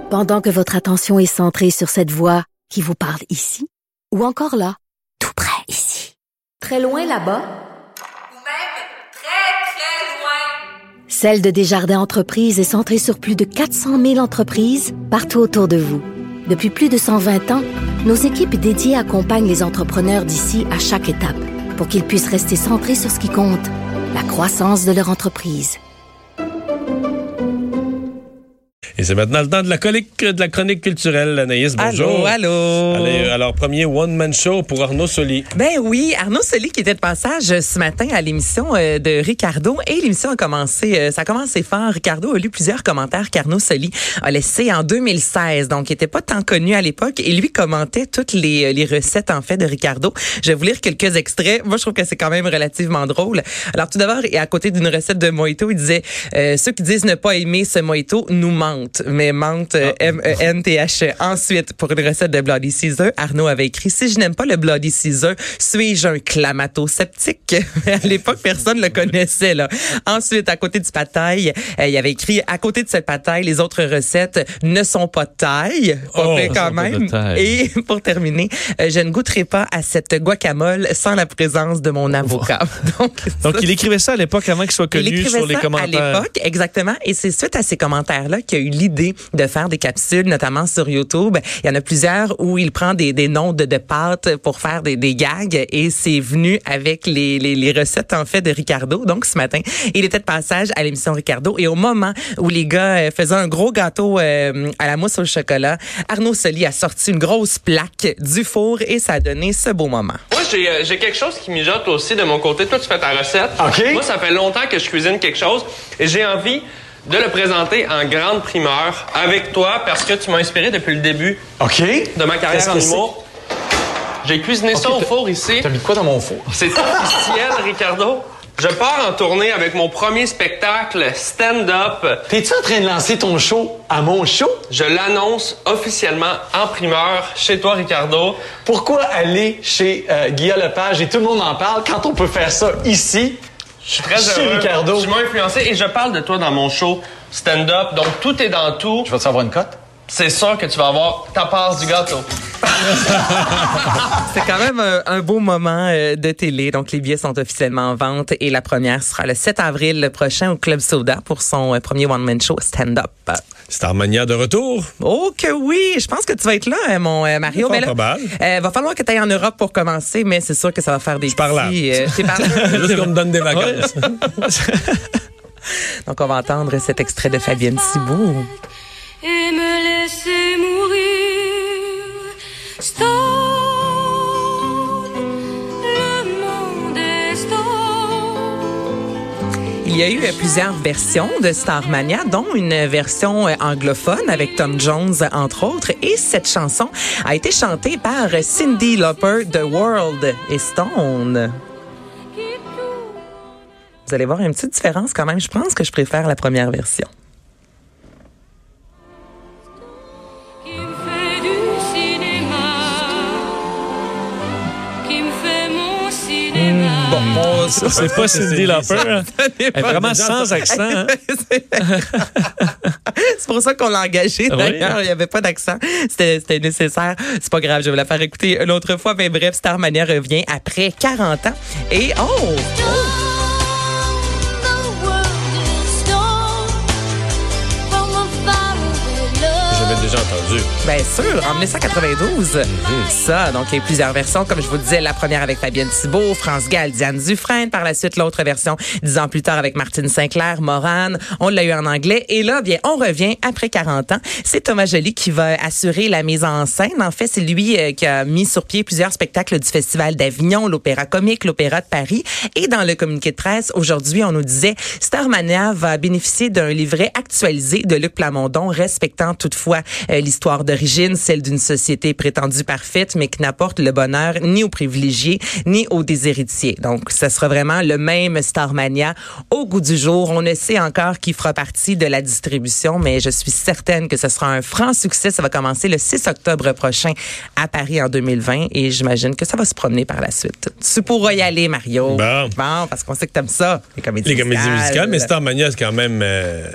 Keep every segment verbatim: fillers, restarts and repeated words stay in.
Pendant que votre attention est centrée sur cette voix qui vous parle ici, ou encore là, tout près ici, très loin là-bas, ou même très, très loin. Celle de Desjardins Entreprises est centrée sur plus de quatre cent mille entreprises partout autour de vous. Depuis plus de cent vingt ans, nos équipes dédiées accompagnent les entrepreneurs d'ici à chaque étape pour qu'ils puissent rester centrés sur ce qui compte, la croissance de leur entreprise. Et c'est maintenant le temps de la chronique, de la chronique culturelle. Anaïs, bonjour. Allô, allô. Allez, alors, premier one-man show pour Arnaud Soli. Ben oui, Arnaud Soli qui était de passage ce matin à l'émission de Ricardo. Et l'émission a commencé, ça a commencé fort. Ricardo a lu plusieurs commentaires qu'Arnaud Soli a laissés en deux mille seize. Donc, il était pas tant connu à l'époque. Et lui commentait toutes les, les recettes, en fait, de Ricardo. Je vais vous lire quelques extraits. Moi, je trouve que c'est quand même relativement drôle. Alors, tout d'abord, et à côté d'une recette de mojito, il disait, euh, ceux qui disent ne pas aimer ce mojito nous mentent. Mais menthe, ah. M E N T H E. Ensuite, pour une recette de Bloody Caesar, Arnaud avait écrit « Si je n'aime pas le Bloody Caesar, suis-je un clamato-sceptique? » À l'époque, personne ne le connaissait, là. Ensuite, à côté du pataille, euh, il avait écrit « À côté de cette pataille, les autres recettes ne sont pas de taille. » Pas oh, fait quand même. Et pour terminer, euh, je ne goûterai pas à cette guacamole sans la présence de mon avocat. Donc, Donc il écrivait ça à l'époque avant qu'il soit connu sur les commentaires. À l'époque, exactement. Et c'est suite à ces commentaires-là qu'il y a eu l'idée de faire des capsules, notamment sur YouTube. Il y en a plusieurs où il prend des, des noms de, de pâtes pour faire des, des gags et c'est venu avec les, les, les recettes, en fait, de Ricardo. Donc, ce matin, il était de passage à l'émission Ricardo et au moment où les gars faisaient un gros gâteau euh, à la mousse au chocolat, Arnaud Soli a sorti une grosse plaque du four et ça a donné ce beau moment. Moi, j'ai, euh, j'ai quelque chose qui mijote aussi de mon côté. Toi, tu fais ta recette. OK. Moi, ça fait longtemps que je cuisine quelque chose et j'ai envie de le présenter en grande primeur avec toi parce que tu m'as inspiré depuis le début OK. de ma carrière en humour. J'ai cuisiné okay, ça au four ici. T'as mis quoi dans mon four? C'est officiel, Ricardo. Je pars en tournée avec mon premier spectacle stand-up. T'es-tu en train de lancer ton show à mon show? Je l'annonce officiellement en primeur chez toi, Ricardo. Pourquoi aller chez euh, Guillaume Lepage et tout le monde en parle quand on peut faire ça ici? Je suis très chez heureux. Ricardo. Tu m'as influencé et je parle de toi dans mon show stand-up. Donc, tout est dans tout. Je vais te savoir une cote? C'est sûr que tu vas avoir ta part du gâteau. C'est quand même un, un beau moment euh, de télé. Donc, les billets sont officiellement en vente et la première sera le sept avril prochain au Club Soda pour son euh, premier one-man show stand-up. Starmania de retour. Oh que oui! Je pense que tu vas être là, hein, mon euh, Mario. Mais là, euh, va falloir que tu ailles en Europe pour commencer, mais c'est sûr que ça va faire des Je pars là. Euh, je par là. Juste qu'on me donne des vacances. Donc, on va entendre cet extrait de Fabienne Thibault. Et me laisser mourir. Stone, le monde est stone. Il y a eu plusieurs versions de Starmania, dont une version anglophone avec Tom Jones, entre autres. Et cette chanson a été chantée par Cyndi Lauper, The World is Stone. Vous allez voir une petite différence quand même. Je pense que je préfère la première version. Bon, bon ça, c'est pas Cyndi Lauper. Hein. Elle est vraiment sans accent. Hein? C'est pour ça qu'on l'a engagée, d'ailleurs. Oui. Il n'y avait pas d'accent. C'était, c'était nécessaire. C'est pas grave, je vais la faire écouter une autre fois. Mais bref, Starmania revient après quarante ans. Et oh! oh. J'avais déjà entendu. Bien sûr, en dix-neuf cent quatre-vingt-douze. Mm-hmm. Ça, donc il y a plusieurs versions. Comme je vous disais, la première avec Fabienne Thibault, France Gall, Diane Dufresne. Par la suite, l'autre version, dix ans plus tard, avec Martine Sinclair, Morane. On l'a eu en anglais. Et là, bien, on revient après quarante ans. C'est Thomas Joly qui va assurer la mise en scène. En fait, c'est lui euh, qui a mis sur pied plusieurs spectacles du Festival d'Avignon, l'Opéra Comique, l'Opéra de Paris. Et dans le communiqué de presse, aujourd'hui, on nous disait Starmania va bénéficier d'un livret actualisé de Luc Plamondon, respectant toutefois euh, l'histoire d'origine, celle d'une société prétendue parfaite, mais qui n'apporte le bonheur ni aux privilégiés, ni aux déshéritiers. Donc, ça sera vraiment le même Starmania au goût du jour. On ne sait encore qui fera partie de la distribution, mais je suis certaine que ce sera un franc succès. Ça va commencer le six octobre prochain à Paris en deux mille vingt et j'imagine que ça va se promener par la suite. Tu pourras y aller, Mario. Bon. Bon, parce qu'on sait que t'aimes ça, les comédies les musicales. Les comédies musicales, mais Starmania, c'est quand même... Euh...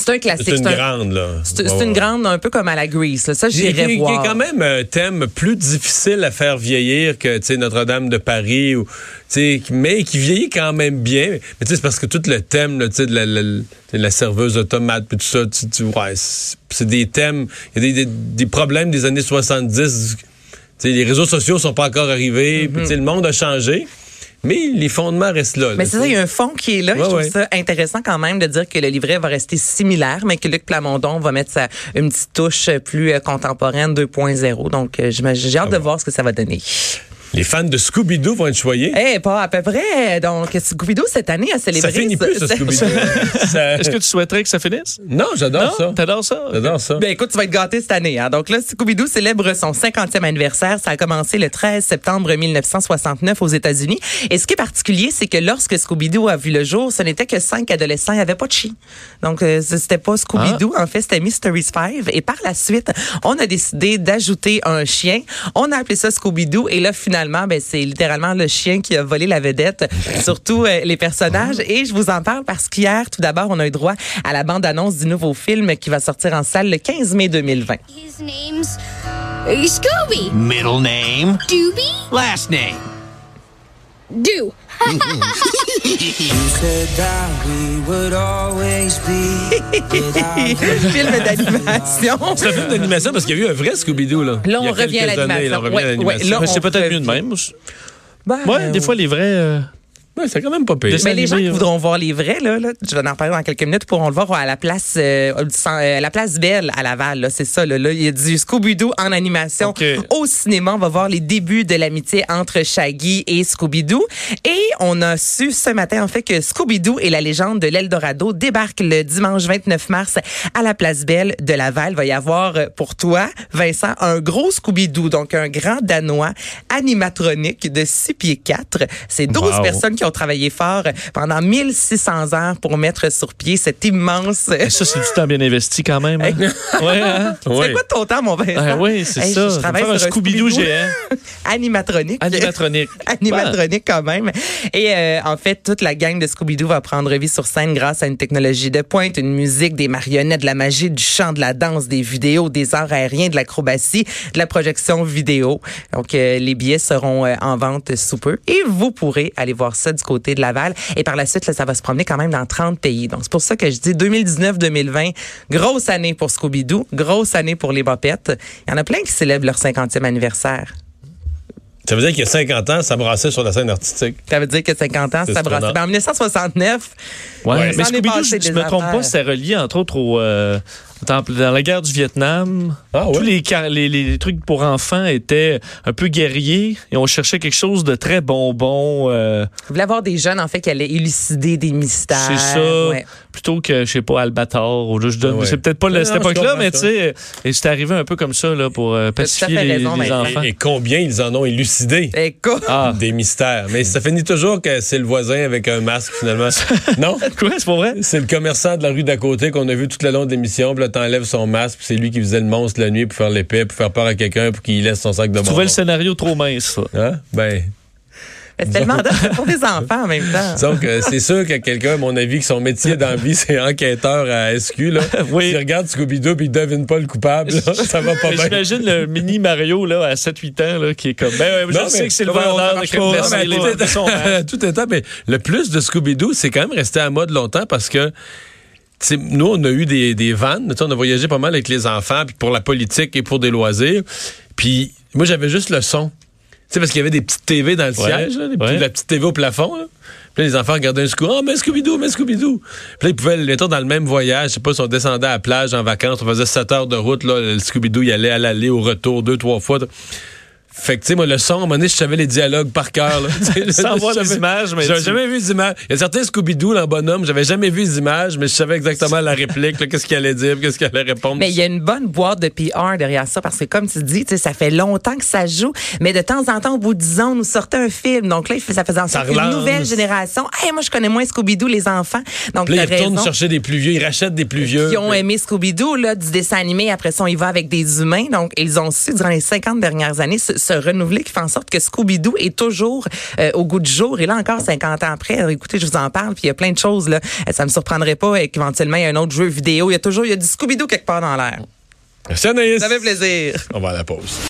C'est un classique. C'est une un- grande, là. C'est Ouais, c'est ouais. une grande, un peu comme à la Grease. là. Ça, Qui, j'irais qui- qui voir. est quand même un thème plus difficile à faire vieillir que tu sais, Notre-Dame de Paris, ou, tu sais, mais qui vieillit quand même bien. Mais tu sais, c'est parce que tout le thème là, tu sais, de, la, la, de la serveuse automate, puis tout ça, tu, tu, ouais, c'est, c'est des thèmes, il y a des, des, des problèmes des années soixante-dix. Tu sais, les réseaux sociaux sont pas encore arrivés, puis tu sais, le monde a changé. Mais les fondements restent là. Mais là, c'est ça, il y a un fond qui est là. Ouais, je trouve ouais. ça intéressant quand même de dire que le livret va rester similaire, mais que Luc Plamondon va mettre sa, une petite touche plus euh, contemporaine deux point zéro. Donc, euh, j'imagine- j'ai hâte Ah de bon. voir ce que ça va donner. Les fans de Scooby-Doo vont être choyés. Eh, pas à peu près. Donc, Scooby-Doo, cette année, a célébré... Ça finit plus, ça, ça- Scooby-Doo. Ça- Est-ce que tu souhaiterais que ça finisse? Non, j'adore Non? ça. T'adores ça? J'adore ça. Ben écoute, tu vas être gâté cette année. Hein. Donc là, Scooby-Doo célèbre son cinquantième anniversaire. Ça a commencé le treize septembre mille neuf cent soixante-neuf aux États-Unis. Et ce qui est particulier, c'est que lorsque Scooby-Doo a vu le jour, ce n'était que cinq adolescents. Il n'y avait pas de chien. Donc, euh, c'était pas Scooby-Doo. En fait, c'était Mystery's Five. Et par la suite, on a décidé d'ajouter un chien. On a appelé ça Scooby-Doo. Et là, finalement, ben, c'est littéralement le chien qui a volé la vedette, surtout euh, les personnages. Et je vous en parle parce qu'hier, tout d'abord, on a eu droit à la bande-annonce du nouveau film qui va sortir en salle le quinze mai deux mille vingt. His name's uh, Scooby. Middle name, Dooby? last name. Doo. Film d'animation. C'est un film d'animation parce qu'il y a eu un vrai Scooby-Doo, là. Là, Il y a on revient à quelques années, l'animation. là, on revient Ouais, à l'animation. ouais, là, Mais c'est on peut-être revient. mieux de même. Ben, Ouais, des fois, les vrais... euh, Ouais, c'est quand même pas pire. Des- Mais les gens animé, qui ouais. voudront voir les vrais, là, là, je vais en parler dans quelques minutes, pourront le voir à la place, euh, du cen- euh, la place Belle à Laval. Là, c'est ça. Là, là, il y a du Scooby-Doo en animation OK. au cinéma. On va voir les débuts de l'amitié entre Shaggy et Scooby-Doo. Et on a su ce matin, en fait, que Scooby-Doo et la légende de l'Eldorado débarquent le dimanche vingt-neuf mars à la place Belle de Laval. Il va y avoir euh, pour toi, Vincent, un gros Scooby-Doo, donc un grand Danois animatronique de six pieds quatre. C'est douze Wow. personnes qui ont travaillé fort pendant mille six cents heures pour mettre sur pied cet immense... Et ça, c'est du temps bien investi quand même. Hein? Ouais, hein? C'est Ouais. quoi ton temps, mon Vincent? Ah, oui, c'est Hey, ça. Je, je travaille Faire un sur Scooby-Doo géant. Animatronique. Animatronique. Animatronique quand même. Et euh, en fait, toute la gang de Scooby-Doo va prendre vie sur scène grâce à une technologie de pointe, une musique, des marionnettes, de la magie, du chant, de la danse, des vidéos, des arts aériens, de l'acrobatie, de la projection vidéo. Donc, euh, les billets seront euh, en vente sous peu. Et vous pourrez aller voir ça du côté de Laval. Et par la suite, là, ça va se promener quand même dans trente pays. Donc, c'est pour ça que je dis deux mille dix-neuf deux mille vingt, grosse année pour Scooby-Doo, grosse année pour les Bopettes. Il y en a plein qui célèbrent leur cinquantième anniversaire. Ça veut dire qu'il y a cinquante ans, ça brassait sur la scène artistique. Ça veut dire que cinquante ans, C'est ça brasse. surprenant. Ben, en dix-neuf cent soixante-neuf, Ouais, Ouais. mais S'en est Scooby-Doo, passé je, je des me trompe affaires. pas, c'est relié entre autres au euh, dans, dans la guerre du Vietnam. Ah ouais? Tous les, car- les, les trucs pour enfants étaient un peu guerriers et on cherchait quelque chose de très bonbon. Euh, je voulais avoir des jeunes, en fait, qui allaient élucider des mystères. c'est ça, Ouais. plutôt que, je sais pas, Albator. Ou, je donne, Ah ouais. c'est peut-être pas Non, le- cette non, je époque-là, comprends mais tu ça. sais, et c'est arrivé un peu comme ça là, pour euh, T'as tout à pacifier fait les, raison, les Vincent. enfants. Et, et combien ils en ont élucidé? Écoute, Ah, Des mystères. Mais ça finit toujours que c'est le voisin avec un masque, finalement. Non? quoi, c'est pas vrai? C'est le commerçant de la rue d'à côté qu'on a vu tout le long de l'émission, puis là, t'enlèves son masque, puis c'est lui qui faisait le monstre la nuit pour faire l'épée, pour faire peur à quelqu'un, pour qu'il laisse son sac de Je trouvais le bonbons. scénario trop mince, ça. Hein? Ben, c'est tellement d'heures, c'est pour des enfants en même temps. donc, euh, c'est sûr que quelqu'un, à mon avis, que son métier dans la vie, c'est enquêteur à S Q, là. Oui. S'il regarde Scooby-Doo puis il devine pas le coupable, là, ça va pas Mais bien. j'imagine le mini Mario là, à sept huit ans là, qui est comme. Ben, ouais, je Non, sais mais- que c'est le Ouais, on vendeur de marche crème pas. glacée. Non, mais les- tout est- son masque. Tout est temps, mais le plus de Scooby-Doo, c'est quand même resté à mode longtemps parce que tu sais, nous, on a eu des, des vannes. Tu sais, on a voyagé pas mal avec les enfants, puis pour la politique et pour des loisirs. Puis moi, j'avais juste le son. Tu sais, parce qu'il y avait des petites T V dans le Ouais, siège, là, des petits- ouais. la petite T V au plafond. Là. Puis là, les enfants regardaient un Scooby. Oh, mais Scooby-Doo, mais Scooby-Doo. Puis là, ils pouvaient, mettons, dans le même voyage, je sais pas, si on descendait à la plage en vacances, on faisait sept heures de route, là, le Scooby-Doo, il allait à l'aller, au retour, deux, trois fois. Fait que, tu sais, moi, le son, à un moment donné, je savais les dialogues par cœur. là. Sans voir les J'avais- images, mais J'avais tu- jamais vu les images. Il y a certains Scooby-Doo, là, en bonhomme, j'avais jamais vu les images, mais je savais exactement la réplique, là, qu'est-ce qu'il allait dire, qu'est-ce qu'il allait répondre. Mais il y a une bonne boîte de P R derrière ça parce que comme tu dis, tu sais, ça fait longtemps que ça joue, mais de temps en temps, au bout de dix ans, on nous sortait un film. Donc là, il fait- ça faisait en Ça sorte qu'une relance. nouvelle génération. Hey, moi, je connais moins Scooby-Doo, les enfants. Donc, Puis là, t'as ils retournent raison. chercher des plus vieux, ils rachètent des plus vieux. Qui ont aimé Scooby-Doo, là, du dessin animé. Après ça, on y va avec des humains. Donc, ils ont su, durant les cinquante dernières années, se, se renouveler qui fait en sorte que Scooby-Doo est toujours euh, au goût du jour. Et là encore, cinquante ans après, écoutez, je vous en parle, puis il y a plein de choses, là. Ça me surprendrait pas qu'éventuellement, il y a un autre jeu vidéo. Il y a toujours, il y a du Scooby-Doo quelque part dans l'air. Merci Anaïs. Ça fait plaisir. On va à la pause.